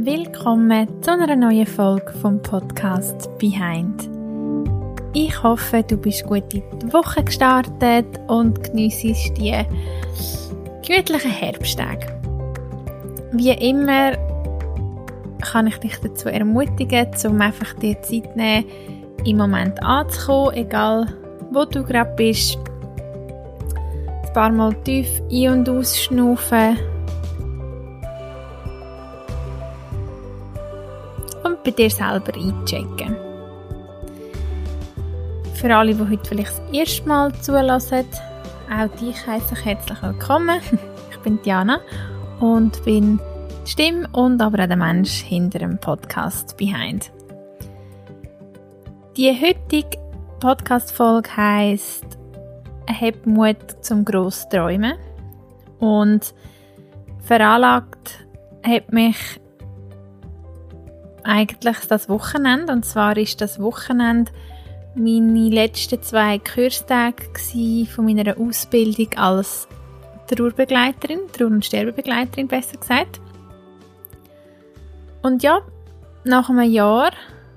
Willkommen zu einer neuen Folge vom Podcast Behind. Ich hoffe, du bist gut in die Woche gestartet und geniessest die gemütlichen Herbsttage. Wie immer kann ich dich dazu ermutigen, um einfach dir Zeit zu nehmen, im Moment anzukommen, egal wo du gerade bist. Ein paar Mal tief ein- und ausschnaufen. Und bei dir selber einchecken. Für alle, die heute vielleicht das erste Mal zulassen, auch dich heisse ich herzlich willkommen. Ich bin Diana und bin die Stimme und aber auch der Mensch hinter dem Podcast Behind. Die heutige Podcast-Folge heisst «Hab Mut zum grossen Träumen» und veranlagt hat mich eigentlich das Wochenende. Und zwar ist das Wochenende meine letzten 2 Kurstage von meiner Ausbildung als Trauerbegleiterin, Trauer- und Sterbebegleiterin besser gesagt. Und ja, nach einem Jahr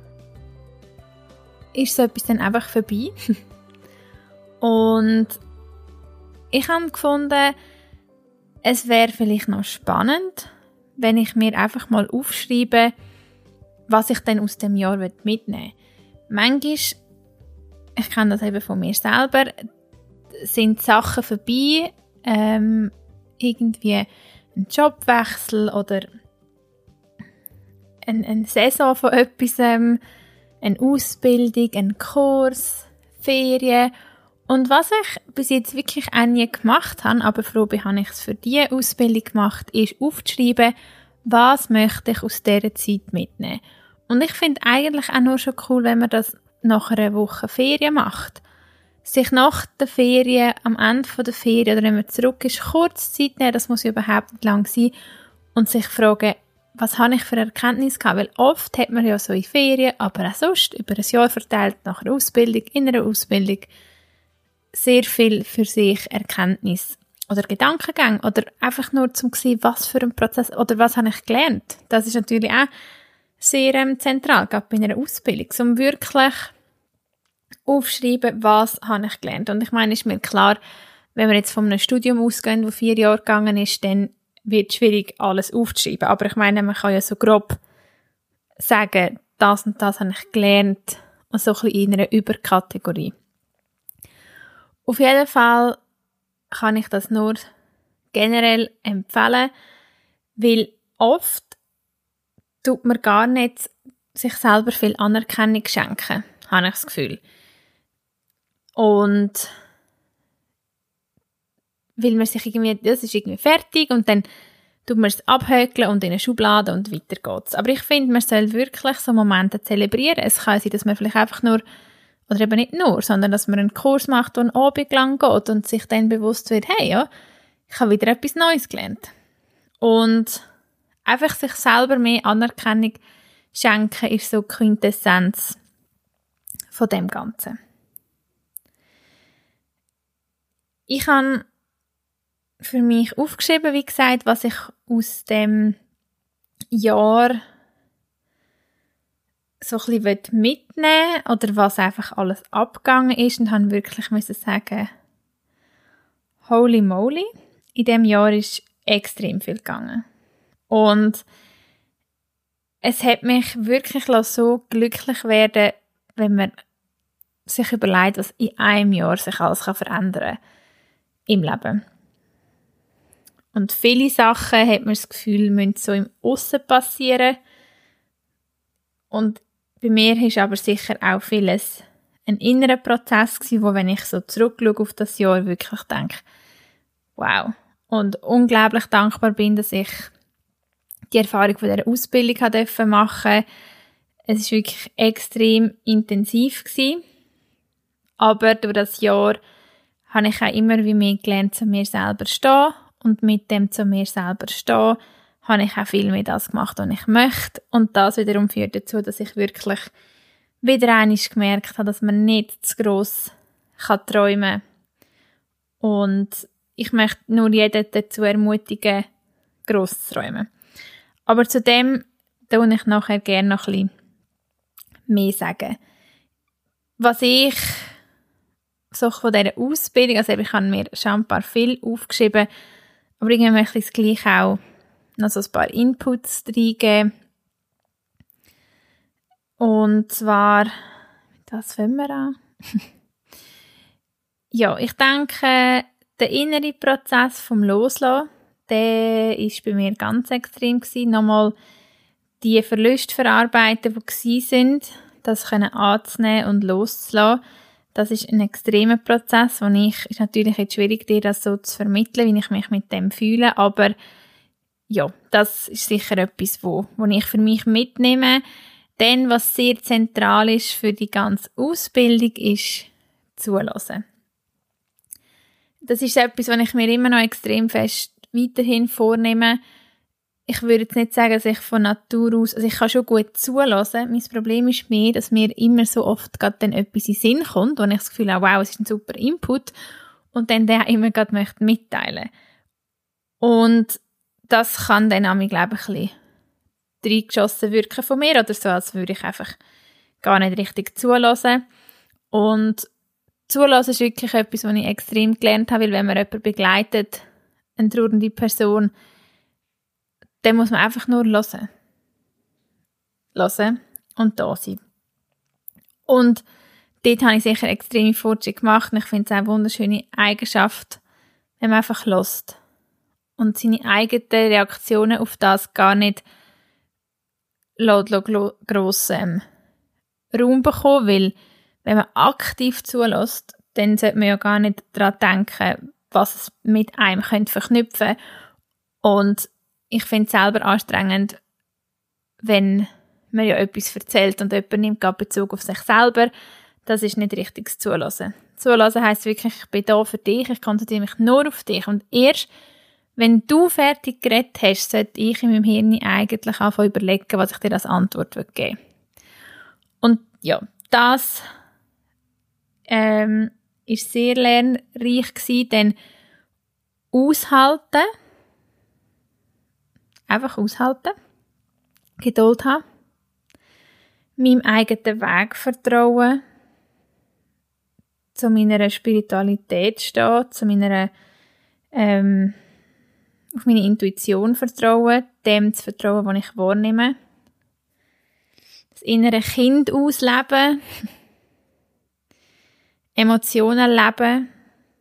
ist so etwas dann einfach vorbei. Und ich habe gefunden, es wäre vielleicht noch spannend, wenn ich mir einfach mal aufschreibe, was ich dann aus dem Jahr mitnehmen will. Manchmal, ich kenne das eben von mir selber, sind Sachen vorbei, irgendwie ein Jobwechsel oder eine Saison von etwas, eine Ausbildung, ein Kurs, Ferien. Und was ich bis jetzt wirklich auch nie gemacht habe, aber froh bin, habe ich es für diese Ausbildung gemacht, ist aufzuschreiben, was möchte ich aus dieser Zeit mitnehmen. Und ich finde eigentlich auch nur schon cool, wenn man das nach einer Woche Ferien macht. Sich nach der Ferien, am Ende der Ferien oder wenn man zurück ist, kurz Zeit nehmen, das muss überhaupt nicht lang sein, und sich fragen, was habe ich für Erkenntnisse gehabt? Weil oft hat man ja so in Ferien, aber auch sonst über ein Jahr verteilt, nach einer Ausbildung, in einer Ausbildung, sehr viel für sich Erkenntnis oder Gedankengänge oder einfach nur zum sehen, was für ein Prozess oder was habe ich gelernt. Das ist natürlich auch sehr zentral, gerade bei einer Ausbildung, um wirklich aufschreiben, was habe ich gelernt. Und ich meine, ist mir klar, wenn wir jetzt von einem Studium ausgehen, das 4 Jahre gegangen ist, dann wird es schwierig, alles aufzuschreiben. Aber ich meine, man kann ja so grob sagen, das und das habe ich gelernt, und so ein bisschen in einer Überkategorie. Auf jeden Fall kann ich das nur generell empfehlen, weil oft tut man gar nicht sich selber viel Anerkennung schenken, habe ich das Gefühl. Und weil man sich irgendwie, das ist irgendwie fertig und dann tut man es abhökeln und in eine Schublade und weiter geht's. Aber ich finde, man soll wirklich so Momente zelebrieren. Es kann sein, dass man vielleicht einfach nur, oder eben nicht nur, sondern dass man einen Kurs macht, der einen Abend lang geht und sich dann bewusst wird, hey, ja, ich habe wieder etwas Neues gelernt. Und einfach sich selber mehr Anerkennung schenken ist so die Quintessenz von dem Ganzen. Ich habe für mich aufgeschrieben, wie gesagt, was ich aus dem Jahr so ein bisschen mitnehmen will oder was einfach alles abgegangen ist, und habe wirklich müssen sagen, holy moly, in diesem Jahr ist extrem viel gegangen. Und es hat mich wirklich so glücklich werden, wenn man sich überlegt, was in einem Jahr sich alles verändern kann im Leben. Und viele Sachen hat man das Gefühl, müssen so im Aussen passieren. Und bei mir ist aber sicher auch vieles ein innerer Prozess gewesen, wo, wenn ich so zurückschaue auf das Jahr, wirklich denke, wow. Und unglaublich dankbar bin, dass ich die Erfahrung von dieser Ausbildung machen durfte. Es war wirklich extrem intensiv gewesen. Aber durch das Jahr habe ich auch immer wie mehr gelernt, zu mir selber zu stehen. Und mit dem zu mir selber stehen, habe ich auch viel mehr das gemacht, was ich möchte. Und das wiederum führt dazu, dass ich wirklich wieder einmal gemerkt habe, dass man nicht zu gross träumen kann. Und ich möchte nur jeden dazu ermutigen, gross zu träumen. Aber zu dem da will ich nachher gerne noch ein bisschen mehr sagen. Was ich so von dieser Ausbildung, also ich habe mir schon ein paar viel aufgeschrieben, aber irgendwie möchte ich es gleich auch noch so ein paar Inputs reingeben. Und zwar, das fangen wir an. Ja, ich denke, der innere Prozess vom Loslassen, der war bei mir ganz extrem gewesen. Nochmal die Verluste verarbeiten, die waren, das können anzunehmen und loszulassen. Das ist ein extremer Prozess, ist natürlich jetzt schwierig, dir das so zu vermitteln, wie ich mich mit dem fühle, aber ja, das ist sicher etwas, wo ich für mich mitnehme. Denn was sehr zentral ist für die ganze Ausbildung, ist Zuhören. Das ist etwas, was ich mir immer noch extrem fest weiterhin vornehme. Ich würde jetzt nicht sagen, dass ich von Natur aus, also ich kann schon gut zuhören. Mein Problem ist mehr, dass mir immer so oft gerade dann etwas in den Sinn kommt, wo ich das Gefühl habe, wow, es ist ein super Input und dann der immer gerade möchte mitteilen. Und das kann dann auch, glaube ich, ein bisschen reingeschossen wirken von mir oder so, als würde ich einfach gar nicht richtig zuhören. Und zuhören ist wirklich etwas, was ich extrem gelernt habe, weil wenn man jemanden begleitet, eine trauernde Person, dann muss man einfach nur hören. Hören und da sein. Und dort habe ich sicher extreme Fortschritte gemacht und ich finde es auch eine wunderschöne Eigenschaft, wenn man einfach hört und seine eigenen Reaktionen auf das gar nicht grossen Raum bekommen, weil wenn man aktiv zulässt, dann sollte man ja gar nicht daran denken, was es mit einem verknüpfen könnte. Und ich finde es selber anstrengend, wenn man ja etwas erzählt und jemand nimmt gerade Bezug auf sich selber. Das ist nicht richtiges Zuhören. Zuhören heisst wirklich, ich bin da für dich, ich konzentriere mich nur auf dich. Und erst, wenn du fertig geredet hast, sollte ich in meinem Hirn eigentlich anfangen überlegen, was ich dir als Antwort geben will. Und ja, das ist sehr lernreich gewesen, denn aushalten, einfach aushalten, Geduld haben, meinem eigenen Weg vertrauen, zu meiner Spiritualität stehen, zu meiner auf meine Intuition vertrauen, dem zu vertrauen, was ich wahrnehme, das innere Kind ausleben, Emotionen leben,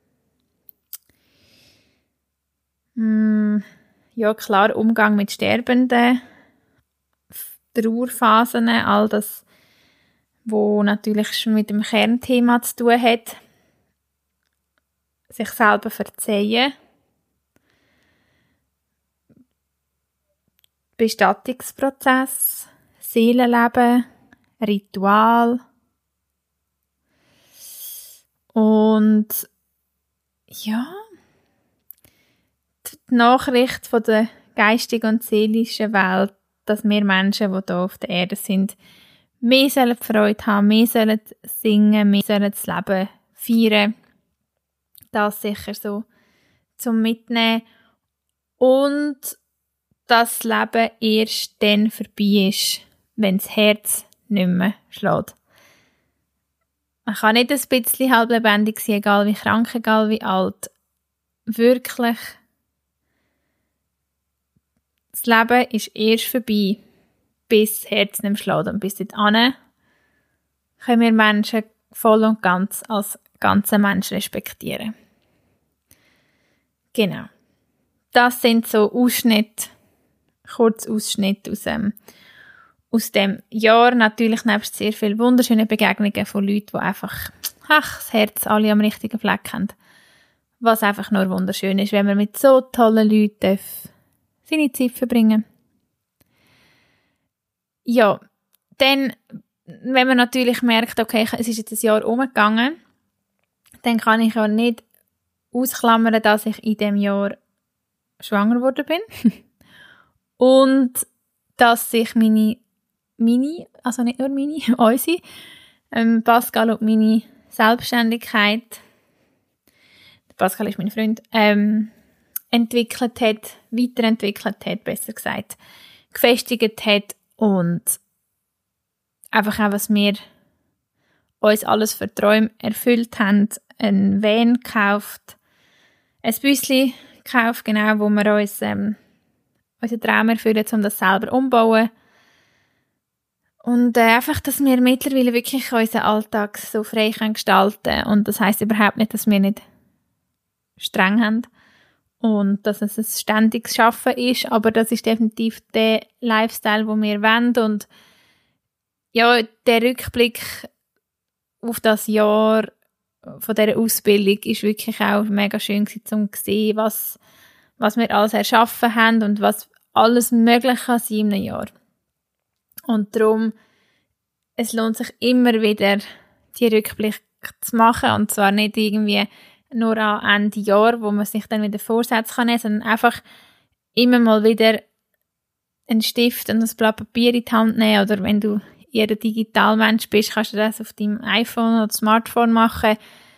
ja klar, Umgang mit Sterbenden, Trauerphasen, all das, wo natürlich schon mit dem Kernthema zu tun hat, sich selber verzeihen, Bestattungsprozess, Seelenleben, Ritual und ja, die Nachricht von der geistigen und seelischen Welt, dass wir Menschen, die hier auf der Erde sind, mehr sollen Freude haben, mehr sollen singen, mehr sollen das Leben feiern. Das sicher so zum Mitnehmen. Und dass das Leben erst dann vorbei ist, wenn das Herz nicht mehr schlägt. Man kann nicht ein bisschen halblebendig sein, egal wie krank, egal wie alt. Wirklich. Das Leben ist erst vorbei, bis das Herz nicht mehr schlägt. Und bis dahin können wir Menschen voll und ganz als ganzer Mensch respektieren. Genau. Das sind so Kurzausschnitte aus dem Jahr. Natürlich nebst sehr vielen wunderschönen Begegnungen von Leuten, die einfach das Herz alle am richtigen Fleck haben. Was einfach nur wunderschön ist, wenn man mit so tollen Leuten seine Zeit verbringen. Ja, dann, wenn man natürlich merkt, okay, es ist jetzt ein Jahr umgegangen, dann kann ich ja nicht ausklammern, dass ich in diesem Jahr schwanger geworden bin. Und dass sich also nicht nur meine, unsere, Pascal und meine Selbstständigkeit, Pascal ist mein Freund, weiterentwickelt hat, besser gesagt, gefestigt hat Und einfach auch, was wir uns alles für Träume erfüllt haben, ein Van gekauft, ein Büsschen gekauft, genau, wo wir uns unseren Traum erfüllen, um das selber umzubauen. Und einfach, dass wir mittlerweile wirklich unseren Alltag so frei gestalten können. Und das heisst überhaupt nicht, dass wir nicht streng haben und dass es ein ständiges Schaffen ist, aber das ist definitiv der Lifestyle, den wir wollen. Und ja, der Rückblick auf das Jahr von dieser Ausbildung ist wirklich auch mega schön gewesen, um zu sehen, was wir alles erschaffen haben und was alles möglich kann sein in einem Jahr. Und darum, es lohnt sich immer wieder, die Rückblick zu machen, und zwar nicht irgendwie nur an Ende Jahr, wo man sich dann wieder Vorsätze kann nehmen, sondern einfach immer mal wieder einen Stift und ein Blatt Papier in die Hand nehmen, oder wenn du eher ein Digitalmensch bist, kannst du das auf deinem iPhone oder Smartphone machen.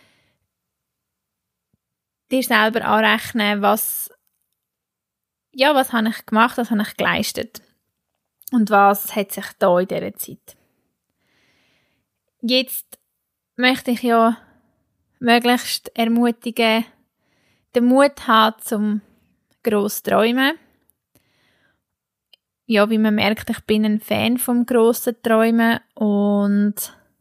Dir selber anrechnen, was habe ich gemacht, was habe ich geleistet und was hat sich da in dieser Zeit. Jetzt möchte ich ja möglichst ermutigen, den Mut haben, zum gross träumen. Ja, wie man merkt, ich bin ein Fan vom grossen Träumen, und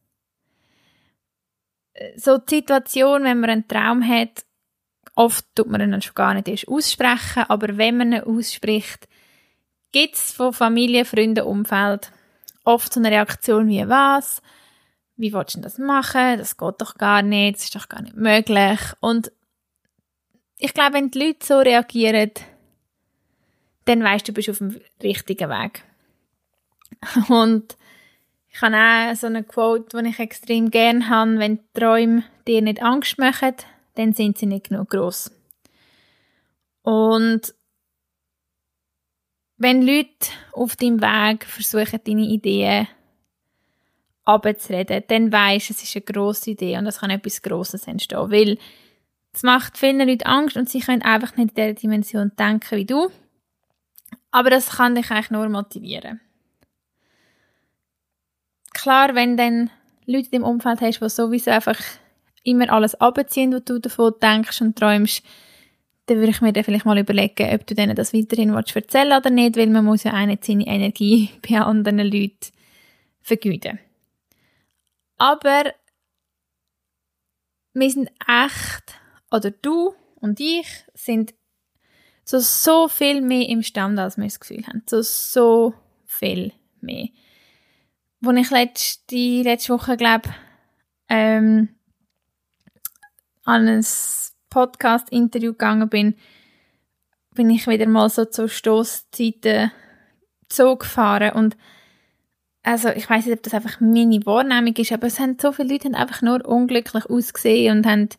so die Situation, wenn man einen Traum hat, oft tut man ihn schon gar nicht erst aussprechen, aber wenn man ihn ausspricht, gibt es von Familie, Freunden, Umfeld oft so eine Reaktion wie «Was? Wie willst du das machen? Das geht doch gar nicht, das ist doch gar nicht möglich.» Und ich glaube, wenn die Leute so reagieren, dann weisst du, bist auf dem richtigen Weg. Und ich habe auch so eine Quote, die ich extrem gerne habe: «Wenn die Träume dir nicht Angst machen, dann sind sie nicht genug gross.» Und wenn Leute auf deinem Weg versuchen, deine Ideen abzureden, dann weisst du, es ist eine grosse Idee und es kann etwas Grosses entstehen. Weil es macht vielen Leuten Angst und sie können einfach nicht in dieser Dimension denken wie du. Aber das kann dich eigentlich nur motivieren. Klar, wenn dann Leute in deinem Umfeld hast, die sowieso einfach immer alles abziehen, was du davon denkst und träumst, dann würde ich mir dann vielleicht mal überlegen, ob du denen das weiterhin erzählen willst oder nicht, weil man muss ja auch nicht seine Energie bei anderen Leuten vergeuden. Aber wir sind echt, oder du und ich sind so viel mehr imstande, als wir das Gefühl haben. So viel mehr. Als ich letzte Woche, glaube an ein Podcast-Interview gegangen bin ich wieder mal so zur Stosszeiten Zoo gefahren. Und also ich weiss nicht, ob das einfach meine Wahrnehmung ist, aber es haben so viele Leute einfach nur unglücklich ausgesehen und haben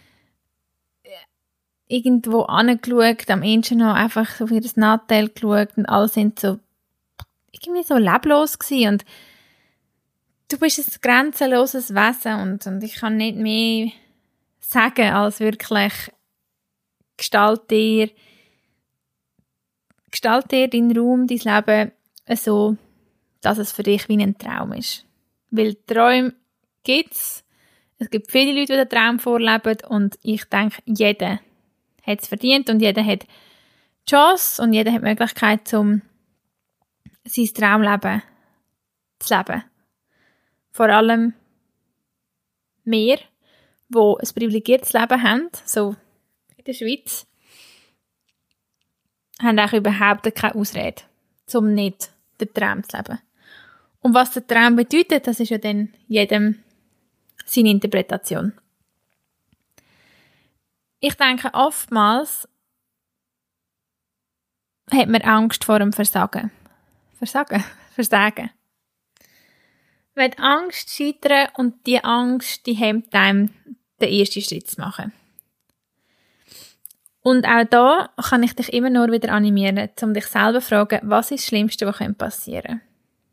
irgendwo angeschaut, am Ende noch einfach auf ihr Nattel geschaut, und alle sind so irgendwie so leblos gewesen. Und du bist ein grenzenloses Wesen, und ich kann nicht mehr sagen, als wirklich gestalt dir deinen Raum, dein Leben so, dass es für dich wie ein Traum ist. Weil Träume gibt's. Es gibt viele Leute, die den Traum vorleben, und ich denke, jeder hat es verdient und jeder hat die Chance und jeder hat die Möglichkeit, um sein Traumleben zu leben. Vor allem wir, die ein privilegiertes Leben haben, so in der Schweiz, haben auch überhaupt keine Ausrede, um nicht den Traum zu leben. Und was der Traum bedeutet, das ist ja dann jedem seine Interpretation. Ich denke, oftmals hat man Angst vor dem Versagen. Versagen. Wenn die Angst scheitern, und die Angst, die hemmt einem, den ersten Schritt zu machen. Und auch da kann ich dich immer nur wieder animieren, um dich selber zu fragen, was ist das Schlimmste, was passieren könnte?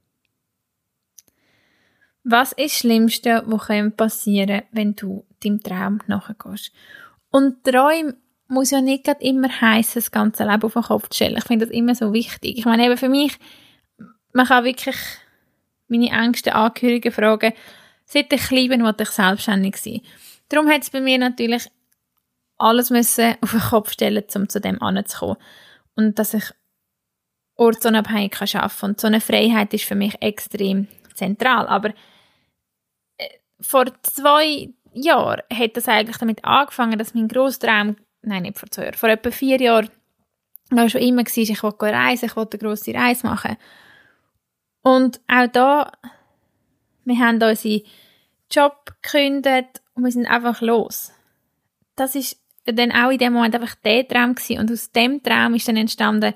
Was ist das Schlimmste, was passieren könnte, wenn du deinem Traum nachgehst? Und Träume muss ja nicht immer heissen, das ganze Leben auf den Kopf zu stellen. Ich finde das immer so wichtig. Ich meine, eben für mich, man kann wirklich meine engsten Angehörigen fragen, seit ich klein bin, wollte ich selbstständig sein. Darum hat es bei mir natürlich alles müssen auf den Kopf stellen, um zu dem anzukommen. Und dass ich ortsunabhängig arbeiten kann. Und so eine Freiheit ist für mich extrem zentral. Aber vor 2 Jahren hat das eigentlich damit angefangen, dass mein grosser Traum, nein, nicht vor 2 Jahren, vor etwa 4 Jahren, war schon immer, ich wollte reisen, ich wollte eine grosse Reise machen. Und auch da, wir haben unseren Job gekündigt und wir sind einfach los. Das ist dann auch in dem Moment einfach der Traum gewesen. Und aus dem Traum ist dann entstanden,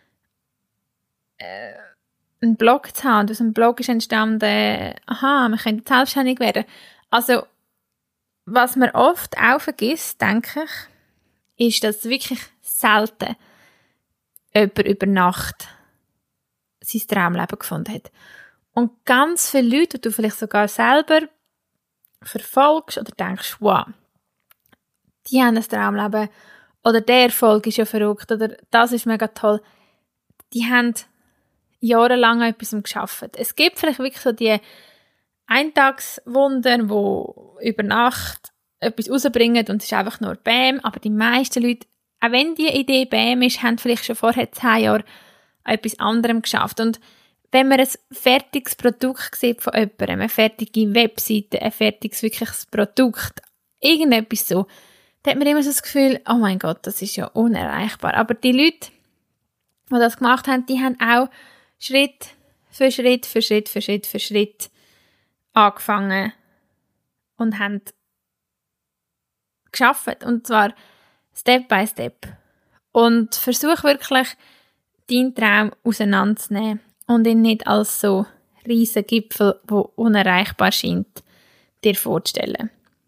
einen Blog zu haben. Und aus dem Blog ist entstanden, wir können selbstständig werden. Also, was man oft auch vergisst, denke ich, ist, dass wirklich selten jemand über Nacht sein Traumleben gefunden hat. Und ganz viele Leute, die du vielleicht sogar selber verfolgst oder denkst, wow, die haben ein Traumleben oder der Erfolg ist ja verrückt oder das ist mega toll, die haben jahrelang an etwas gearbeitet. Es gibt vielleicht wirklich so die Eintagswunder, die über Nacht etwas rausbringen und es ist einfach nur Bäm, aber die meisten Leute, auch wenn die Idee Bäm ist, haben vielleicht schon vorher 10 Jahre an etwas anderem geschafft. Und wenn man ein fertiges Produkt sieht von jemandem, eine fertige Webseite, ein fertiges wirkliches Produkt, irgendetwas so, dann hat man immer so das Gefühl, oh mein Gott, das ist ja unerreichbar. Aber die Leute, die das gemacht haben, die haben auch Schritt für Schritt angefangen und haben geschafft. Und zwar Step by Step. Und versuch wirklich, deinen Traum auseinanderzunehmen und ihn nicht als so riesen Gipfel, der unerreichbar scheint, dir vorzustellen.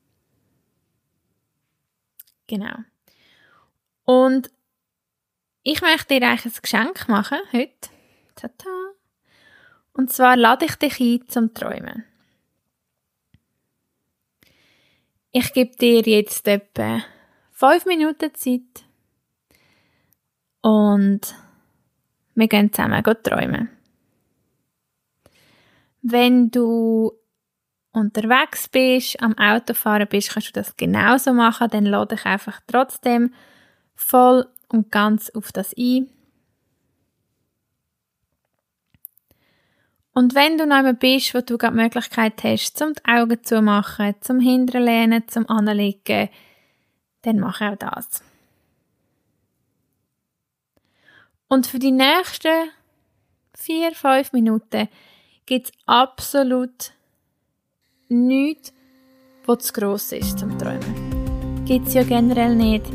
Genau. Und ich möchte dir eigentlich ein Geschenk machen heute. Tada. Und zwar lade ich dich ein zum Träumen. Ich gebe dir jetzt etwa 5 Minuten Zeit und wir gehen zusammen träumen. Wenn du unterwegs bist, am Autofahren bist, kannst du das genauso machen, dann lade ich einfach trotzdem voll und ganz auf das ein. Und wenn du noch einmal bist, wo du gerade die Möglichkeit hast, zum die Augen zu machen, zum Hinterlehnen, zum Anlegen, dann mach auch das. Und für die nächsten 4-5 Minuten gibt es absolut nichts, was zu gross ist zum Träumen. Gibt es ja generell nicht.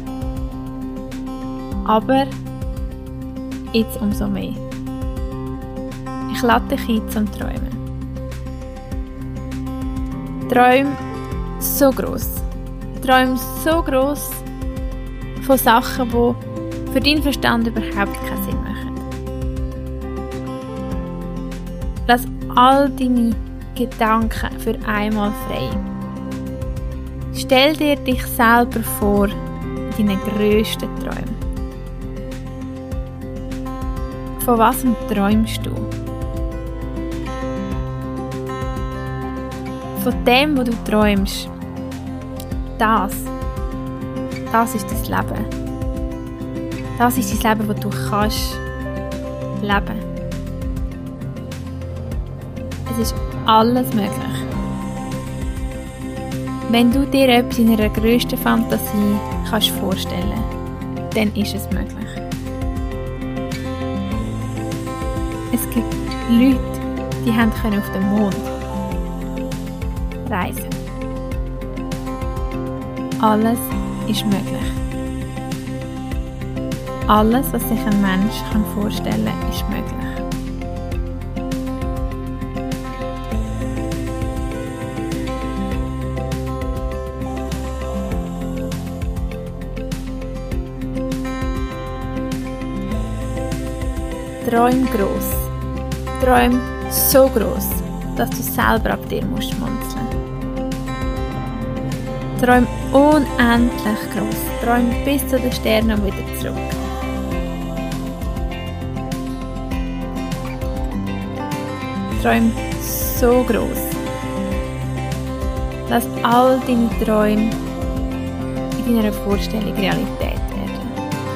Aber jetzt umso mehr. Ich lade dich ein zum Träumen. Träum so gross. Träum so gross von Sachen, die für deinen Verstand überhaupt keinen Sinn machen. Lass all deine Gedanken für einmal frei. Stell dir dich selber vor in deinen grössten Träumen. Von was träumst du? Von dem, was du träumst, das ist dein Leben. Das ist dein Leben, das du kannst leben. Es ist alles möglich. Wenn du dir etwas in einer grössten Fantasie kannst vorstellen, dann ist es möglich. Es gibt Leute, die können auf den Mond reisen. Alles ist möglich. Alles, was sich ein Mensch vorstellen kann, ist möglich. Träum gross. Träum so gross, dass du selber ab dir musst schmunzeln. Träum unendlich gross. Träum bis zu den Sternen und wieder zurück. Träume so gross. Lass all deine Träume in deiner Vorstellung Realität werden.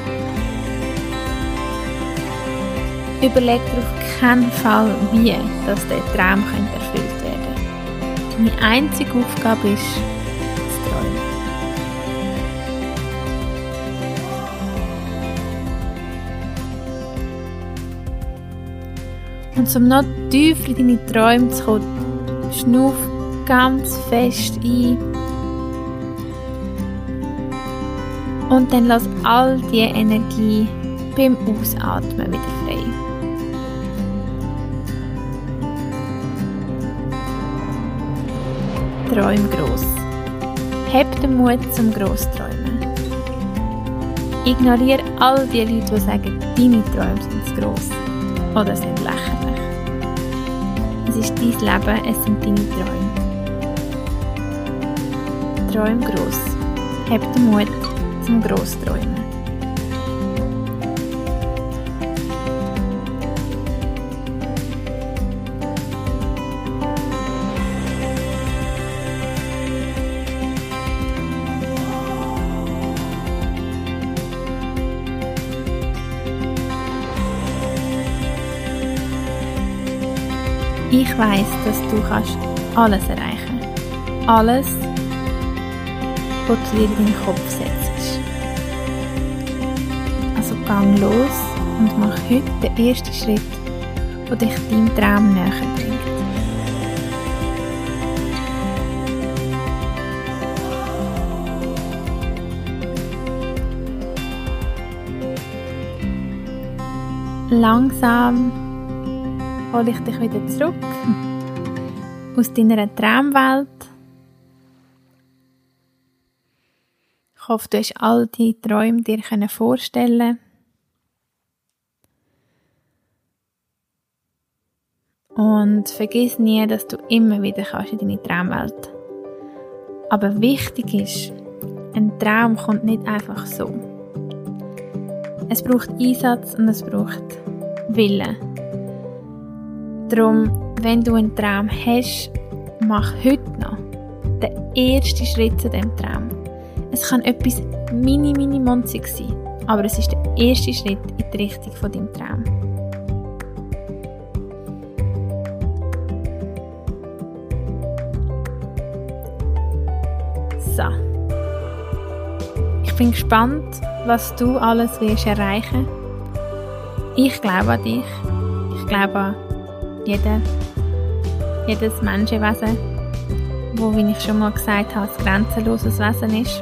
Überleg dir auf keinen Fall, wie dass der Traum erfüllt werden könnte. Deine einzige Aufgabe ist, zu träumen. Und um noch tiefer in deine Träume zu kommen, schnuff ganz fest ein und dann lass all die Energie beim Ausatmen wieder frei. Träum gross. Hab den Mut zum Grossträumen. Ignoriere all die Leute, die sagen, deine Träume sind zu gross oder sind lächerlich. Es ist dein Leben, es sind deine Träume. Träum gross. Hab den Mut zum Grossträumen. Ich weiss, dass du kannst alles erreichen kannst. Alles, was du dir in deinen Kopf setzt. Also gang los und mach heute den ersten Schritt, der dich deinem Traum näher bringt. Langsam hole ich dich wieder zurück aus deiner Traumwelt. Ich hoffe, du hast all die Träume dir vorstellen. Und vergiss nie, dass du immer wieder kannst in deine Traumwelt. Aber wichtig ist, ein Traum kommt nicht einfach so. Es braucht Einsatz und es braucht Willen. Darum, wenn du einen Traum hast, mach heute noch den ersten Schritt zu diesem Traum. Es kann etwas mini-monziges sein, aber es ist der erste Schritt in die Richtung von deinem Traum. So. Ich bin gespannt, was du alles wirst erreichen. Ich glaube an dich. Ich glaube an jedes Menschenwesen, wo, wie ich schon mal gesagt habe, ein grenzenloses Wesen ist.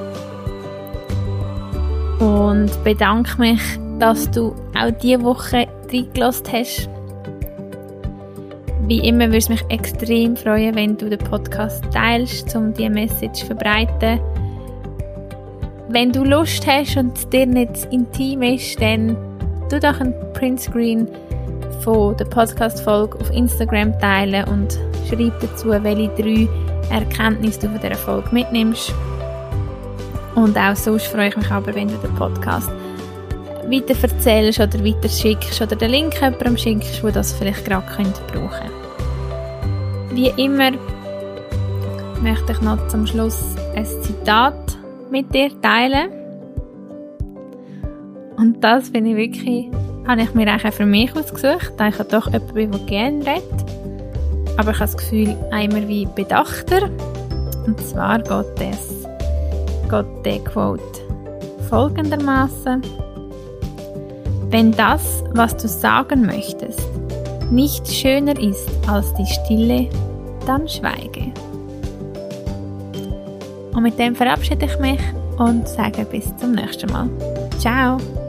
Und bedanke mich, dass du auch diese Woche reingelassen hast. Wie immer würde es mich extrem freuen, wenn du den Podcast teilst, um diese Message zu verbreiten. Wenn du Lust hast und es dir nicht intim ist, dann tu doch einen Printscreen von der Podcast-Folge auf Instagram teilen und schreib dazu, welche 3 Erkenntnisse du von dieser Folge mitnimmst. Und auch sonst freue ich mich aber, wenn du den Podcast weiter erzählst oder weiter schickst oder den Link jemandem schickst, der das vielleicht gerade brauchen könnte. Wie immer möchte ich noch zum Schluss ein Zitat mit dir teilen. Und das habe ich mir eigentlich für mich ausgesucht, da ich doch jemand bin, der gerne redet. Aber ich habe das Gefühl, einmal wie bedachter. Und zwar geht der Quote folgendermaßen: Wenn das, was du sagen möchtest, nicht schöner ist als die Stille, dann schweige. Und mit dem verabschiede ich mich und sage bis zum nächsten Mal. Ciao!